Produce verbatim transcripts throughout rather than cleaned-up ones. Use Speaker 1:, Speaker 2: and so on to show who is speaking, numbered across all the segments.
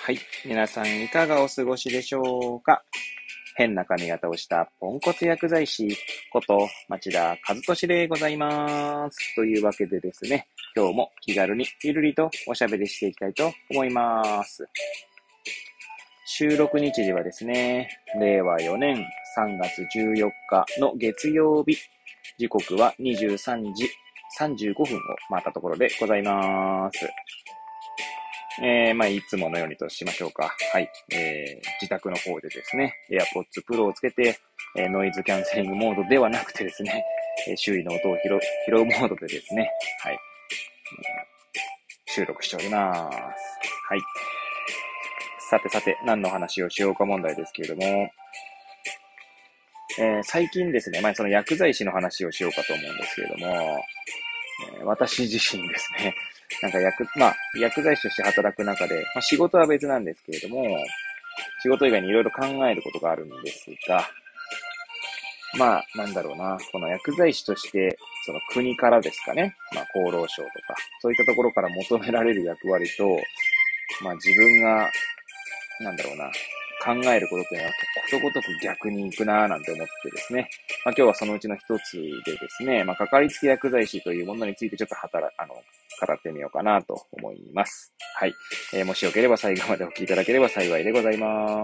Speaker 1: はい。皆さんいかがお過ごしでしょうか。変な髪型をしたポンコツ薬剤師こと町田和俊でございます。というわけでですね、今日も気軽にゆるりとおしゃべりしていきたいと思います。収録日時はですね、れいわよねんさんがつじゅうよっかの月曜日、時刻はにじゅうさんじさんじゅうごふんを回ったところでございます。えー、まあ、いつものようにとしましょうか。はい。えー、自宅の方でですね、AirPods Pro をつけて、えー、ノイズキャンセリングモードではなくてですね、えー、周囲の音を拾う、拾うモードでですね、はい、えー、収録しております。はい。さてさて、何の話をしようか問題ですけれども、えー、最近ですね、まあ、その薬剤師の話をしようかと思うんですけれども、えー、私自身ですね、なんか薬、まあ、薬剤師として働く中で、まあ、仕事は別なんですけれども、仕事以外にいろいろ考えることがあるんですが、まあ、なんだろうな、この薬剤師として、その国からですかね、まあ、厚労省とか、そういったところから求められる役割と、まあ、自分が、なんだろうな、考えることっていうのは、ことごとく逆に行くなぁなんて思ってですね。まあ、今日はそのうちの一つでですね、まあ、かかりつけ薬剤師というものについてちょっと働、あの、語ってみようかなと思います。はい。えー、もしよければ最後までお聞きいただければ幸いでございます。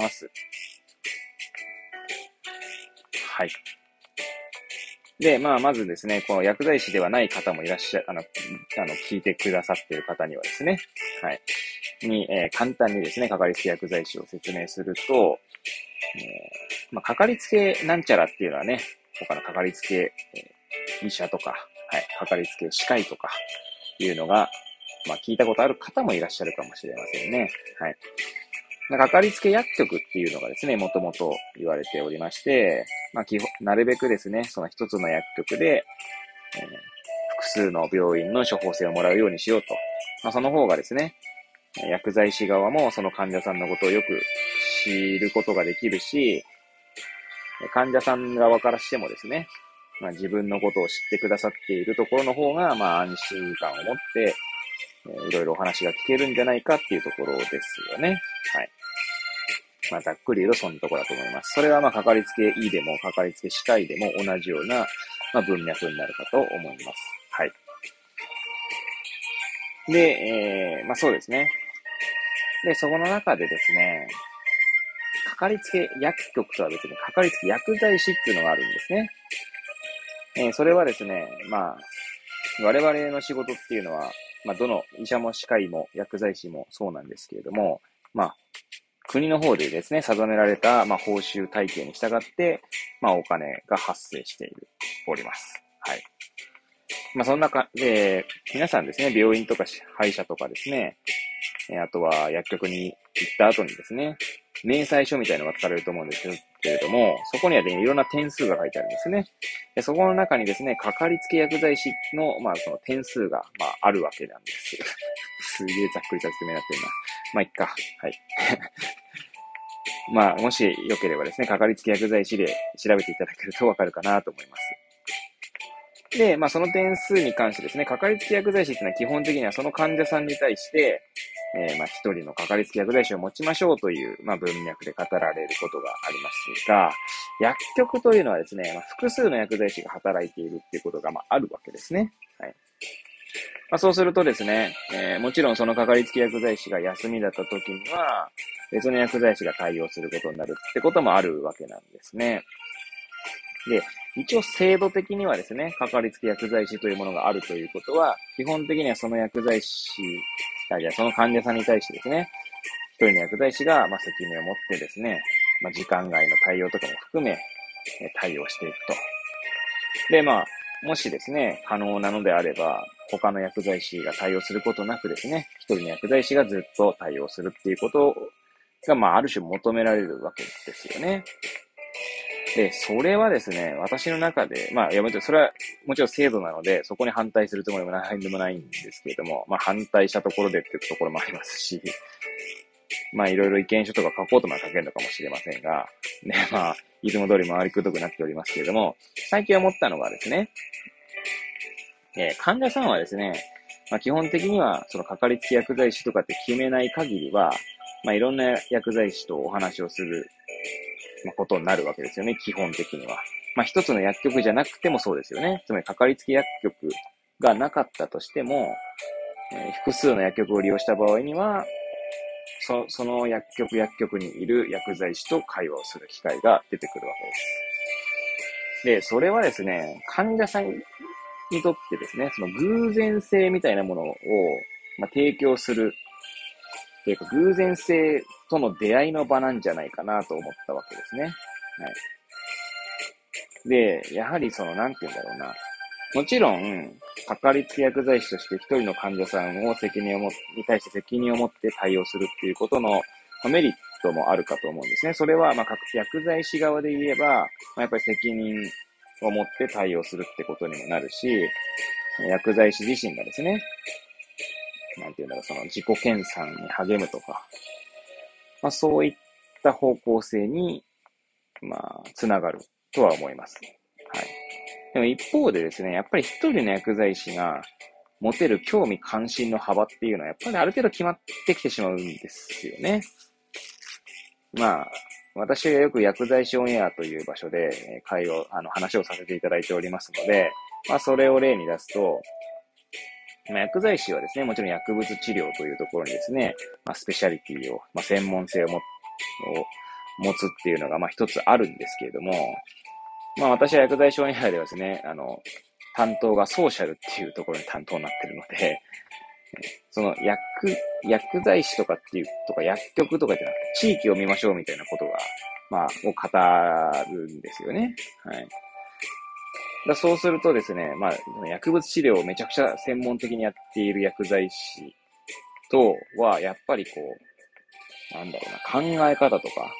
Speaker 1: はい。で、まあ、まずですね、この薬剤師ではない方もいらっしゃ、あの、あの、聞いてくださっている方にはですね、はい。に、えー、簡単にですね、かかりつけ薬剤師を説明すると、えー、まあ、かかりつけなんちゃらっていうのはね、他のかかりつけ、えー、医者とか、はい、かかりつけ歯科医とかいうのが、まあ、聞いたことある方もいらっしゃるかもしれませんね。はい。かかりつけ薬局っていうのがですね、もともと言われておりまして、まあ、基本、なるべくですね、その一つの薬局で、えー、複数の病院の処方箋をもらうようにしようと。まあ、その方がですね、薬剤師側もその患者さんのことをよく知ることができるし、患者さん側からしてもですね、まあ、自分のことを知ってくださっているところの方が、まあ安心感を持って、えー、いろいろお話が聞けるんじゃないかっていうところですよね。はい。まあざっくり言うとそんなところだと思います。それはまあかかりつけ医でもかかりつけ歯科医でも同じような、まあ、文脈になるかと思います。はい。で、えー、まあそうですね。で、そこの中でですね、かかりつけ薬局とは別にかかりつけ薬剤師っていうのがあるんですね。えー、それはですね、まあ、我々の仕事っていうのは、まあ、どの医者も歯科医も薬剤師もそうなんですけれども、まあ、国の方でですね、定められた、まあ、報酬体系に従って、まあ、お金が発生している、おります。はい。まあ、その中で、皆さんですね、病院とか歯医者とかですね、あとは薬局に行った後にですね、明細書みたいなのが書かれると思うんですけれども、そこにはね、いろんな点数が書いてあるんですね。でそこの中にですね、かかりつけ薬剤師の、まあ、その点数が、まあ、あるわけなんです。すげえざっくりした説明になってるな。まあ、いっか。はい。まあ、もしよければですね、かかりつけ薬剤師で調べていただけるとわかるかなと思います。で、まあ、その点数に関してですね、かかりつけ薬剤師っていうのは基本的にはその患者さんに対して、えー、まあ、一人のかかりつけ薬剤師を持ちましょうという、まあ、文脈で語られることがありますが、薬局というのはですね、まあ、複数の薬剤師が働いているっていうことが、まあ、あるわけですね。はい。まあ、そうするとですね、えー、もちろんそのかかりつけ薬剤師が休みだった時には、別の薬剤師が対応することになるってこともあるわけなんですね。で、一応制度的にはですね、かかりつけ薬剤師というものがあるということは、基本的にはその薬剤師、あ、じゃあその患者さんに対してですね、一人の薬剤師が、まあ、責任を持ってですね、まあ、時間外の対応とかも含め、対応していくと。で、まあ、もしですね、可能なのであれば、他の薬剤師が対応することなくですね、一人の薬剤師がずっと対応するっていうことが、まあ、ある種求められるわけですよね。で、それはですね、私の中で、まあ、いや、もちろん、それは、もちろん制度なので、そこに反対するつもりもないでもないんですけれども、まあ、反対したところでっていうところもありますし、まあ、いろいろ意見書とか書こうとまで書けるのかもしれませんが、ね、まあ、いつも通り回りくどくなっておりますけれども、最近思ったのがですね、えー、患者さんはですね、まあ、基本的には、そのかかりつけ薬剤師とかって決めない限りは、 まあ、いろんな薬剤師とお話をすることになるわけですよね、基本的には。まあ、一つの薬局じゃなくてもそうですよね。つまり、かかりつけ薬局がなかったとしても、えー複数の薬局を利用した場合には、そその薬局薬局にいる薬剤師と会話をする機会が出てくるわけです。で、それはですね、患者さんにとってですね、その偶然性みたいなものを、まあ、提供するっていうか、偶然性との出会いの場なんじゃないかなと思ったわけですね。はい。で、やはりその、なんて言うんだろうな。もちろん、かかりつけ薬剤師として一人の患者さんを責任をも、に対して責任を持って対応するっていうことのメリットもあるかと思うんですね。それは、まあ、薬剤師側で言えば、まあ、やっぱり責任を持って対応するってことにもなるし、薬剤師自身がですね、なんていうんだろう、その自己研鑽に励むとか、まあ、そういった方向性に、まあ、つながるとは思います。はい。でも一方でですね、やっぱり一人の薬剤師が持てる興味関心の幅っていうのは、やっぱりある程度決まってきてしまうんですよね。まあ、私がよく薬剤師オンエアという場所で会を、あの、話をさせていただいておりますので、まあ、それを例に出すと、まあ、薬剤師はですね、もちろん薬物治療というところにですね、まあ、スペシャリティを、まあ、専門性をもを持つっていうのが、まあ、一つあるんですけれども、まあ、私は薬剤師オンエアではですね、あの、担当がソーシャルっていうところに担当になってるので、その薬、薬剤師とかっていう、とか薬局とかじゃなくて、地域を見ましょうみたいなことが、まあ、を語るんですよね。はい。だそうするとですね、まあ、薬物治療をめちゃくちゃ専門的にやっている薬剤師とは、やっぱりこう、なんだろうな、考え方とか、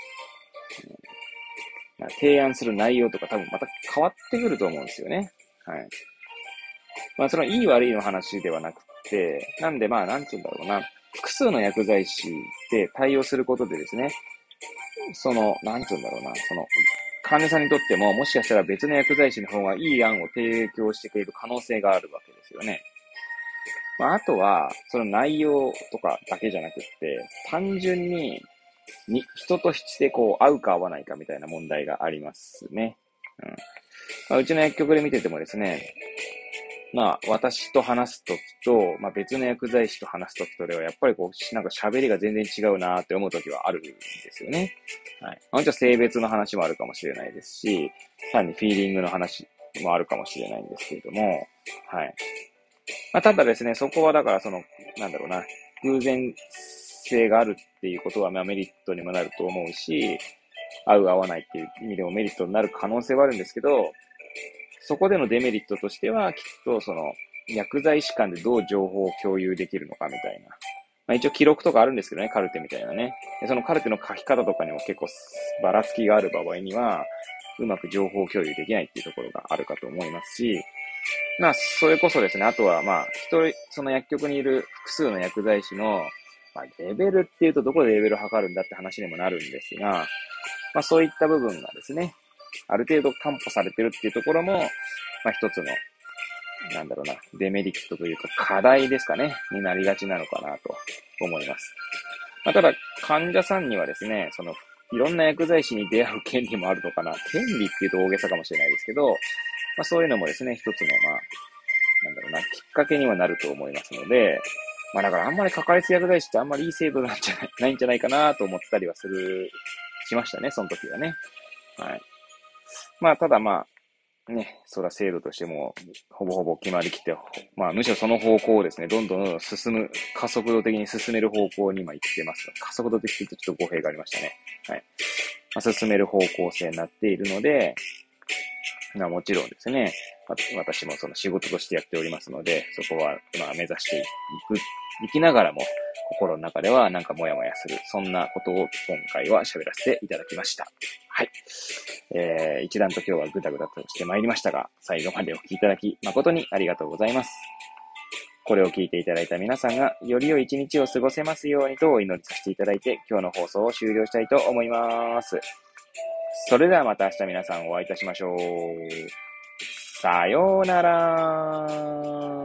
Speaker 1: うん、提案する内容とか多分また変わってくると思うんですよね。はい。まあ、そのいい悪いの話ではなくて、なんでまあ、なんつうんだろうな、複数の薬剤師で対応することでですね、その、なんつうんだろうな、その、患者さんにとっても、もしかしたら別の薬剤師の方がいい案を提供してくれる可能性があるわけですよね。まあ、あとは、その内容とかだけじゃなくって、単純に、に、人としてこう、合うか合わないかみたいな問題がありますね。うん。まあ、うちの薬局で見ててもですね、まあ、私と話すときと、まあ別の薬剤師と話すときとでは、やっぱりこう、なんか喋りが全然違うなーって思うときはあるんですよね。はい。もちろん性別の話もあるかもしれないですし、単にフィーリングの話もあるかもしれないんですけれども、はい。まあ、ただですね、そこはだからその、なんだろうな、偶然性があるっていうことは、まあメリットにもなると思うし、合う合わないっていう意味でもメリットになる可能性はあるんですけど、そこでのデメリットとしては、きっとその、薬剤師間でどう情報を共有できるのかみたいな。まあ一応記録とかあるんですけどね、カルテみたいなね。でそのカルテの書き方とかにも結構ばらつきがある場合には、うまく情報共有できないっていうところがあるかと思いますし、まあ、それこそですね、あとはまあ、一人、その薬局にいる複数の薬剤師の、まあ、レベルっていうとどこでレベルを測るんだって話にもなるんですが、まあそういった部分がですね、ある程度担保されてるっていうところも、まあ一つの、なんだろうな、デメリットというか課題ですかね、になりがちなのかなと思います。まあ、ただ、患者さんにはですね、その、いろんな薬剤師に出会う権利もあるのかな。権利っていうと大げさかもしれないですけど、まあそういうのもですね、一つの、まあ、なんだろうな、きっかけにはなると思いますので、まあだからあんまりかかりつけ薬剤師ってあんまりいい制度なんじゃない、ないんじゃないかなと思ったりはする、しましたね、その時はね。はい。まあただまあ、ね、そら制度としても、ほぼほぼ決まりきって、まあむしろその方向をですね、どんどんどんどん進む、加速度的に進める方向に今行ってます。加速度的に言うとちょっと語弊がありましたね。はい。まあ、進める方向性になっているので、まあもちろんですね、私もその仕事としてやっておりますので、そこはまあ目指していく、いきながらも、心の中ではなんかモヤモヤする、そんなことを今回は喋らせていただきました。はい。えー、一段と今日はぐだぐだとしてまいりましたが、最後までお聞きいただき誠にありがとうございます。これを聞いていただいた皆さんが、より良い一日を過ごせますようにとお祈りさせていただいて、今日の放送を終了したいと思います。それではまた明日皆さんお会いいたしましょう。さようなら。